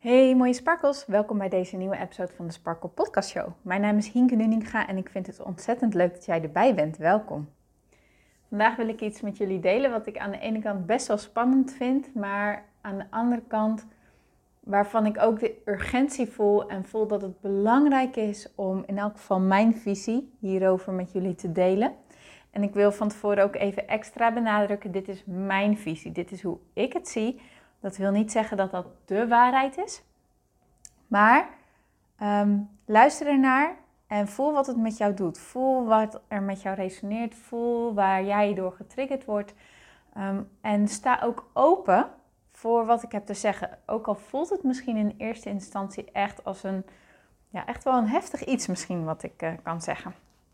Hey mooie sparkels, welkom bij deze nieuwe episode van de Sparkle Podcast Show. Mijn naam is Hienke Nuninga en ik vind het ontzettend leuk dat jij erbij bent. Welkom. Vandaag wil ik iets met jullie delen wat ik aan de ene kant best wel spannend vind, maar aan de andere kant waarvan ik ook de urgentie voel en voel dat het belangrijk is om in elk geval mijn visie hierover met jullie te delen. En ik wil van tevoren ook even extra benadrukken, dit is mijn visie, dit is hoe ik het zie. Dat wil niet zeggen dat dat de waarheid is. Maar luister ernaar en voel wat het met jou doet. Voel wat er met jou resoneert. Voel waar jij door getriggerd wordt. En sta ook open voor wat ik heb te zeggen. Ook al voelt het misschien in eerste instantie echt als echt wel een heftig iets misschien wat ik kan zeggen.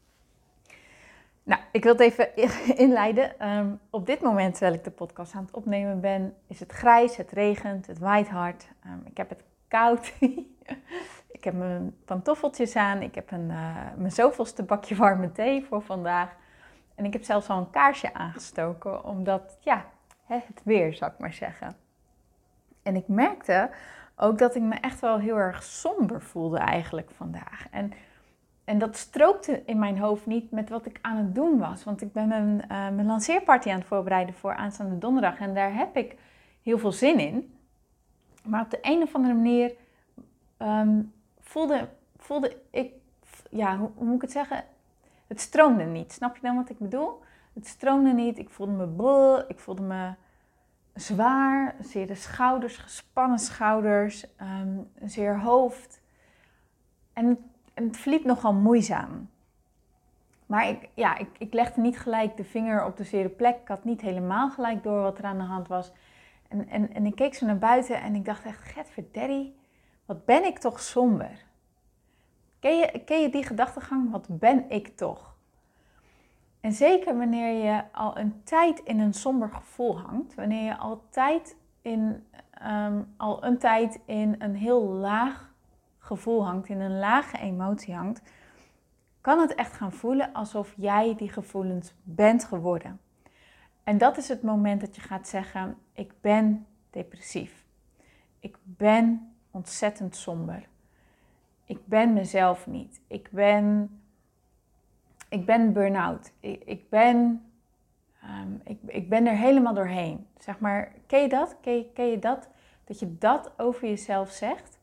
Nou, ik wil het even inleiden. Op dit moment, terwijl ik de podcast aan het opnemen ben, is het grijs, het regent, het waait hard. Ik heb het koud. Ik heb mijn pantoffeltjes aan. Ik heb mijn zoveelste bakje warme thee voor vandaag. En ik heb zelfs al een kaarsje aangestoken, omdat, het weer, zou ik maar zeggen. En ik merkte ook dat ik me echt wel heel erg somber voelde eigenlijk vandaag. En dat strookte in mijn hoofd niet met wat ik aan het doen was. Want ik ben mijn lanceerparty aan het voorbereiden voor aanstaande donderdag. En daar heb ik heel veel zin in. Maar op de een of andere manier voelde ik, hoe moet ik het zeggen? Het stroomde niet. Snap je dan wat ik bedoel? Het stroomde niet. Ik voelde me bol. Ik voelde me zwaar. Zeer de schouders, gespannen schouders. Een zeer hoofd. En het verliep nogal moeizaam. Maar ik legde niet gelijk de vinger op de zere plek. Ik had niet helemaal gelijk door wat er aan de hand was. En ik keek zo naar buiten en ik dacht echt, Getverderi, wat ben ik toch somber. Ken je die gedachtegang? Wat ben ik toch? En zeker wanneer je al een tijd in een somber gevoel hangt. Wanneer je al een tijd in een heel laag gevoel hangt, in een lage emotie hangt, kan het echt gaan voelen alsof jij die gevoelens bent geworden. En dat is het moment dat je gaat zeggen, ik ben depressief. Ik ben ontzettend somber. Ik ben mezelf niet. Ik ben burn-out. Ik ben er helemaal doorheen. Zeg maar, ken je dat? Ken je dat? Dat je dat over jezelf zegt?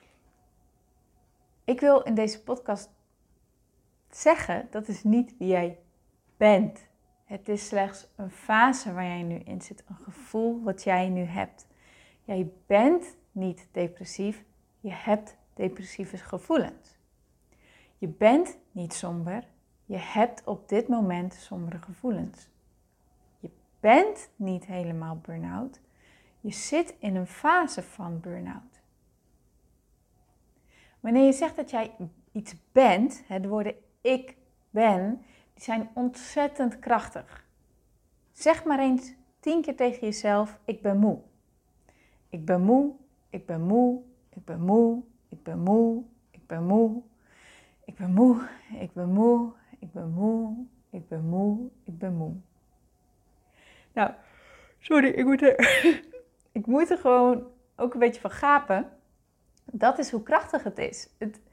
Ik wil in deze podcast zeggen, dat is niet wie jij bent. Het is slechts een fase waar jij nu in zit. Een gevoel wat jij nu hebt. Jij bent niet depressief. Je hebt depressieve gevoelens. Je bent niet somber. Je hebt op dit moment sombere gevoelens. Je bent niet helemaal burn-out. Je zit in een fase van burn-out. Wanneer je zegt dat jij iets bent, de woorden ik ben, die zijn ontzettend krachtig. Zeg maar eens 10 keer tegen jezelf, ik ben moe. Ik ben moe, ik ben moe, ik ben moe, ik ben moe, ik ben moe. Ik ben moe, ik ben moe, ik ben moe, ik ben moe, ik ben moe. Nou, sorry, ik moet er gewoon ook een beetje van gapen. Dat is hoe krachtig het is.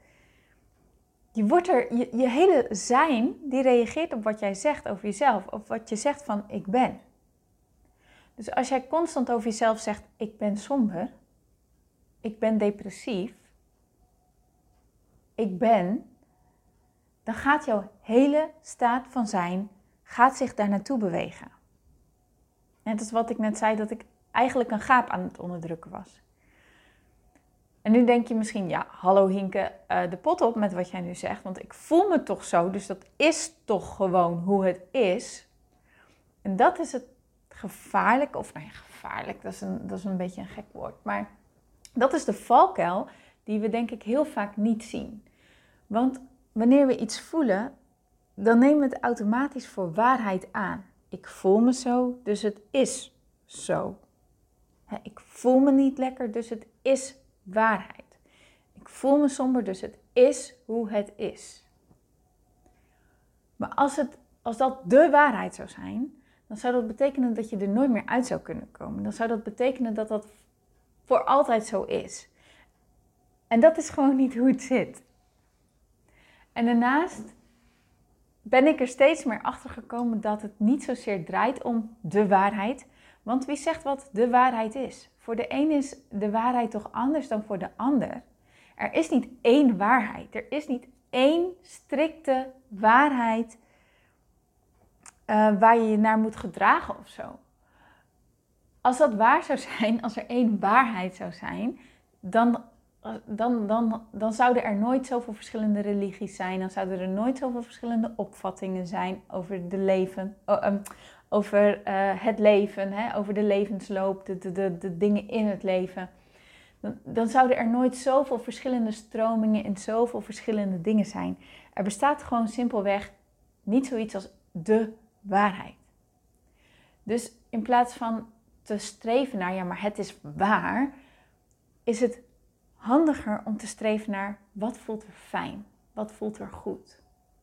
Je hele zijn, die reageert op wat jij zegt over jezelf. Op wat je zegt van ik ben. Dus als jij constant over jezelf zegt, ik ben somber. Ik ben depressief. Ik ben. Dan gaat jouw hele staat van zijn, gaat zich daar naartoe bewegen. Net als wat ik net zei, dat ik eigenlijk een gaap aan het onderdrukken was. En nu denk je misschien, ja, hallo Hienke, de pot op met wat jij nu zegt. Want ik voel me toch zo, dus dat is toch gewoon hoe het is. En dat is het gevaarlijke, of gevaarlijk, dat is een beetje een gek woord. Maar dat is de valkuil die we denk ik heel vaak niet zien. Want wanneer we iets voelen, dan nemen we het automatisch voor waarheid aan. Ik voel me zo, dus het is zo. Ik voel me niet lekker, dus het is waarheid. Ik voel me somber, dus het is hoe het is. Maar als dat de waarheid zou zijn, dan zou dat betekenen dat je er nooit meer uit zou kunnen komen. Dan zou dat betekenen dat dat voor altijd zo is. En dat is gewoon niet hoe het zit. En daarnaast ben ik er steeds meer achter gekomen dat het niet zozeer draait om de waarheid. Want wie zegt wat de waarheid is? Voor de een is de waarheid toch anders dan voor de ander. Er is niet één waarheid. Er is niet één strikte waarheid waar je je naar moet gedragen of zo. Als dat waar zou zijn, als er één waarheid zou zijn, dan zouden er nooit zoveel verschillende religies zijn. Dan zouden er nooit zoveel verschillende opvattingen zijn over het leven, hè, over de levensloop, de dingen in het leven. Dan zouden er nooit zoveel verschillende stromingen en zoveel verschillende dingen zijn. Er bestaat gewoon simpelweg niet zoiets als de waarheid. Dus in plaats van te streven naar, ja, maar het is waar, is het handiger om te streven naar wat voelt er fijn, wat voelt er goed.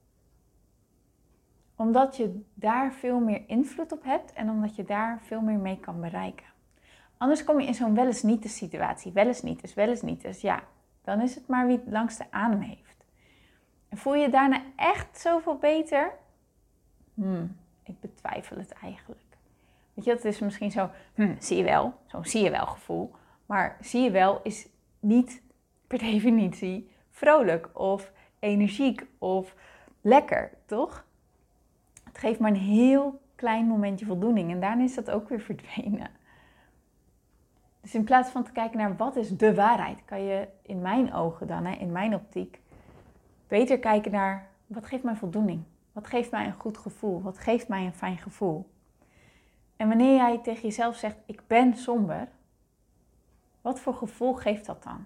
Omdat je daar veel meer invloed op hebt en omdat je daar veel meer mee kan bereiken. Anders kom je in zo'n wel eens niet de situatie. Wel eens niet, wel eens niet. Dus ja, dan is het maar wie het langste adem heeft. En voel je daarna echt zoveel beter? Ik betwijfel het eigenlijk. Weet je, dat is misschien zo, zie je wel, zo'n zie je wel gevoel. Maar zie je wel is niet per definitie vrolijk of energiek of lekker, toch? Het geeft maar een heel klein momentje voldoening en daarna is dat ook weer verdwenen. Dus in plaats van te kijken naar wat is de waarheid, kan je in mijn ogen dan, in mijn optiek, beter kijken naar wat geeft mij voldoening? Wat geeft mij een goed gevoel? Wat geeft mij een fijn gevoel? En wanneer jij tegen jezelf zegt, ik ben somber, wat voor gevoel geeft dat dan?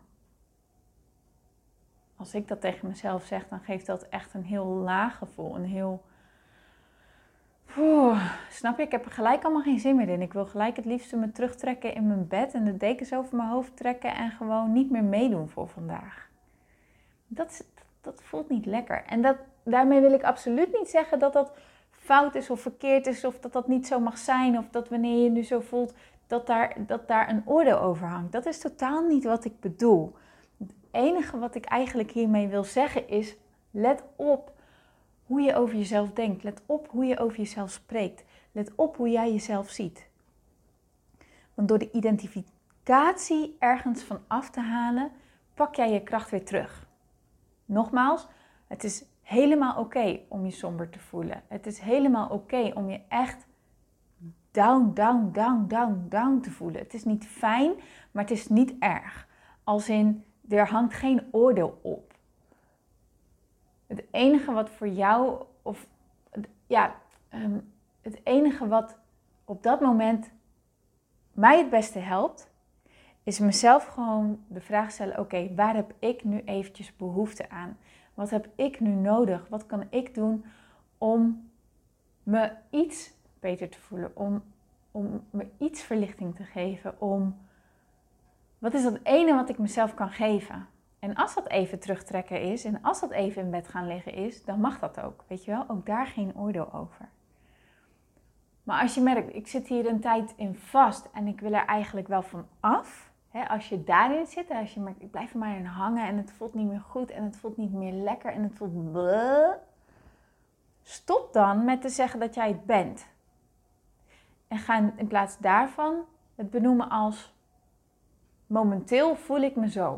Als ik dat tegen mezelf zeg, dan geeft dat echt een heel laag gevoel. Een heel... snap je? Ik heb er gelijk allemaal geen zin meer in. Ik wil gelijk het liefste me terugtrekken in mijn bed en de dekens over mijn hoofd trekken en gewoon niet meer meedoen voor vandaag. Dat voelt niet lekker. En daarmee wil ik absoluut niet zeggen dat dat fout is of verkeerd is of dat dat niet zo mag zijn of dat wanneer je nu zo voelt dat daar een oordeel over hangt. Dat is totaal niet wat ik bedoel. Het enige wat ik eigenlijk hiermee wil zeggen is, let op hoe je over jezelf denkt. Let op hoe je over jezelf spreekt. Let op hoe jij jezelf ziet. Want door de identificatie ergens van af te halen, pak jij je kracht weer terug. Nogmaals, het is helemaal oké om je somber te voelen. Het is helemaal oké om je echt down te voelen. Het is niet fijn, maar het is niet erg. Als in, er hangt geen oordeel op. Het enige wat voor jou, het enige wat op dat moment mij het beste helpt, is mezelf gewoon de vraag stellen, oké, waar heb ik nu eventjes behoefte aan? Wat heb ik nu nodig? Wat kan ik doen om me iets beter te voelen? Om me iets verlichting te geven? Wat is dat ene wat ik mezelf kan geven? En als dat even terugtrekken is en als dat even in bed gaan liggen is, dan mag dat ook. Weet je wel, ook daar geen oordeel over. Maar als je merkt, ik zit hier een tijd in vast en ik wil er eigenlijk wel van af. Hè, als je daarin zit en als je merkt, ik blijf er maar in hangen en het voelt niet meer goed en het voelt niet meer lekker en het voelt bleh. Stop dan met te zeggen dat jij het bent. En ga in plaats daarvan het benoemen als, momenteel voel ik me zo.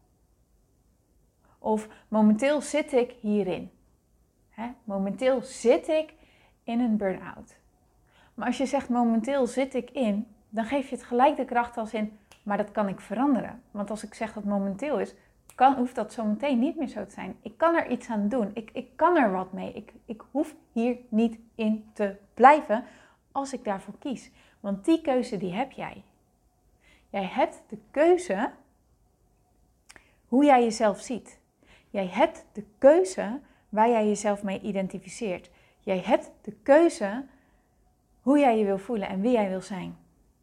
Of momenteel zit ik hierin. Momenteel zit ik in een burn-out. Maar als je zegt momenteel zit ik in, dan geef je het gelijk de kracht als in, maar dat kan ik veranderen. Want als ik zeg dat het momenteel is, hoeft dat zo meteen niet meer zo te zijn. Ik kan er iets aan doen. Ik kan er wat mee. Ik hoef hier niet in te blijven als ik daarvoor kies. Want die keuze die heb jij. Jij hebt de keuze hoe jij jezelf ziet. Jij hebt de keuze waar jij jezelf mee identificeert. Jij hebt de keuze hoe jij je wil voelen en wie jij wil zijn.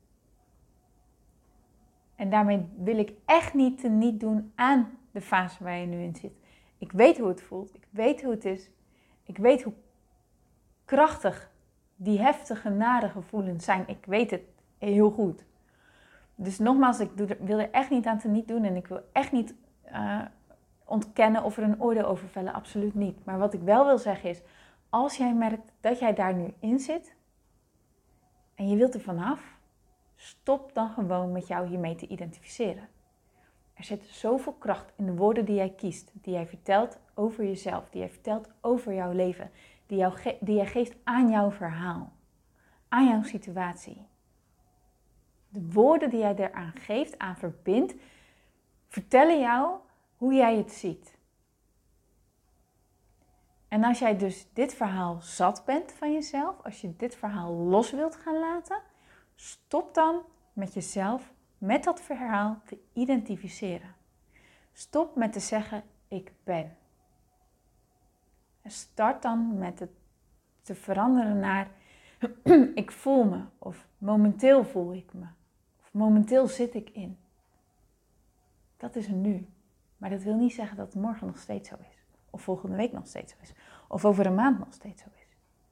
En daarmee wil ik echt niet doen aan de fase waar je nu in zit. Ik weet hoe het voelt. Ik weet hoe het is. Ik weet hoe krachtig die heftige, nare gevoelens zijn. Ik weet het heel goed. Dus nogmaals, ik wil er echt niet aan te niet doen. En ik wil echt niet ontkennen of er een oordeel over vellen, absoluut niet. Maar wat ik wel wil zeggen is, als jij merkt dat jij daar nu in zit en je wilt er vanaf, stop dan gewoon met jou hiermee te identificeren. Er zit zoveel kracht in de woorden die jij kiest, die jij vertelt over jezelf, die jij vertelt over jouw leven, die jij geeft aan jouw verhaal, aan jouw situatie. De woorden die jij eraan geeft, aan verbindt, vertellen jou hoe jij het ziet. En als jij dus dit verhaal zat bent van jezelf, als je dit verhaal los wilt gaan laten, stop dan met jezelf, met dat verhaal te identificeren. Stop met te zeggen, ik ben. En start dan met het te veranderen naar, ik voel me, of momenteel voel ik me, of momenteel zit ik in. Dat is een nu. Maar dat wil niet zeggen dat het morgen nog steeds zo is. Of volgende week nog steeds zo is. Of over een maand nog steeds zo is.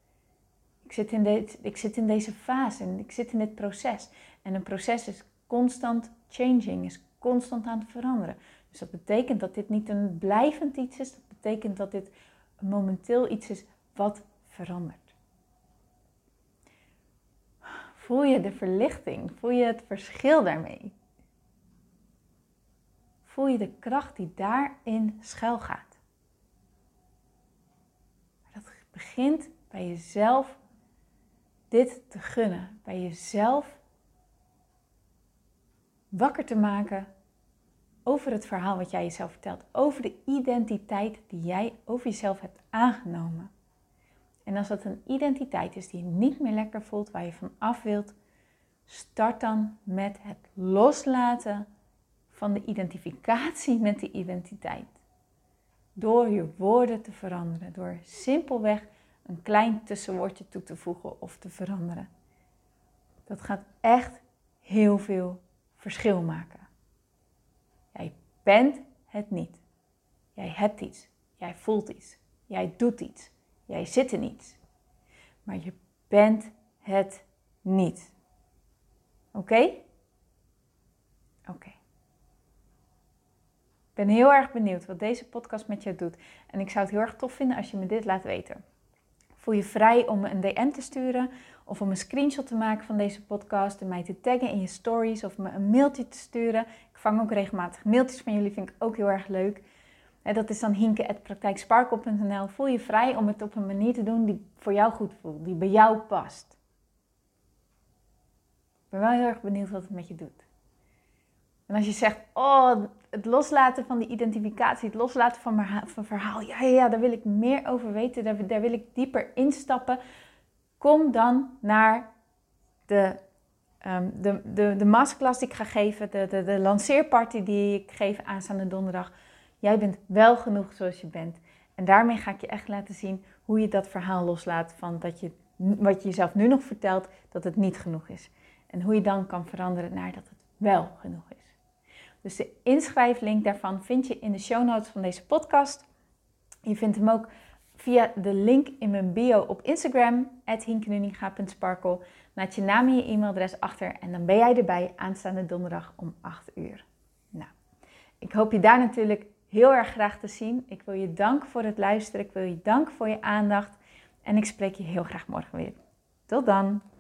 Ik zit in deze fase en ik zit in dit proces. En een proces is constant changing, is constant aan het veranderen. Dus dat betekent dat dit niet een blijvend iets is. Dat betekent dat dit momenteel iets is wat verandert. Voel je de verlichting? Voel je het verschil daarmee? Voel je de kracht die daarin schuilgaat? Dat begint bij jezelf dit te gunnen. Bij jezelf wakker te maken over het verhaal wat jij jezelf vertelt. Over de identiteit die jij over jezelf hebt aangenomen. En als dat een identiteit is die je niet meer lekker voelt, waar je van af wilt, start dan met het loslaten van de identificatie met die identiteit. Door je woorden te veranderen. Door simpelweg een klein tussenwoordje toe te voegen of te veranderen. Dat gaat echt heel veel verschil maken. Jij bent het niet. Jij hebt iets. Jij voelt iets. Jij doet iets. Jij zit in iets. Maar je bent het niet. Oké? Oké. Ik ben heel erg benieuwd wat deze podcast met jou doet. En ik zou het heel erg tof vinden als je me dit laat weten. Voel je vrij om me een DM te sturen of om een screenshot te maken van deze podcast en mij te taggen in je stories of me een mailtje te sturen. Ik vang ook regelmatig mailtjes van jullie, vind ik ook heel erg leuk. Dat is dan hinke@praktijksparkle.nl. Voel je vrij om het op een manier te doen die voor jou goed voelt, die bij jou past. Ik ben wel heel erg benieuwd wat het met je doet. En als je zegt, het loslaten van die identificatie, het loslaten van mijn verhaal, ja, daar wil ik meer over weten, daar wil ik dieper instappen. Kom dan naar de masterclass die ik ga geven, de lanceerparty die ik geef aanstaande donderdag. Jij bent wel genoeg zoals je bent. En daarmee ga ik je echt laten zien hoe je dat verhaal loslaat van wat je jezelf nu nog vertelt, dat het niet genoeg is. En hoe je dan kan veranderen naar dat het wel genoeg is. Dus de inschrijflink daarvan vind je in de show notes van deze podcast. Je vindt hem ook via de link in mijn bio op Instagram, @hinkenuninga.sparkle. Laat je naam en je e-mailadres achter en dan ben jij erbij aanstaande donderdag om 8 uur. Nou, ik hoop je daar natuurlijk heel erg graag te zien. Ik wil je danken voor het luisteren. Ik wil je danken voor je aandacht. En ik spreek je heel graag morgen weer. Tot dan!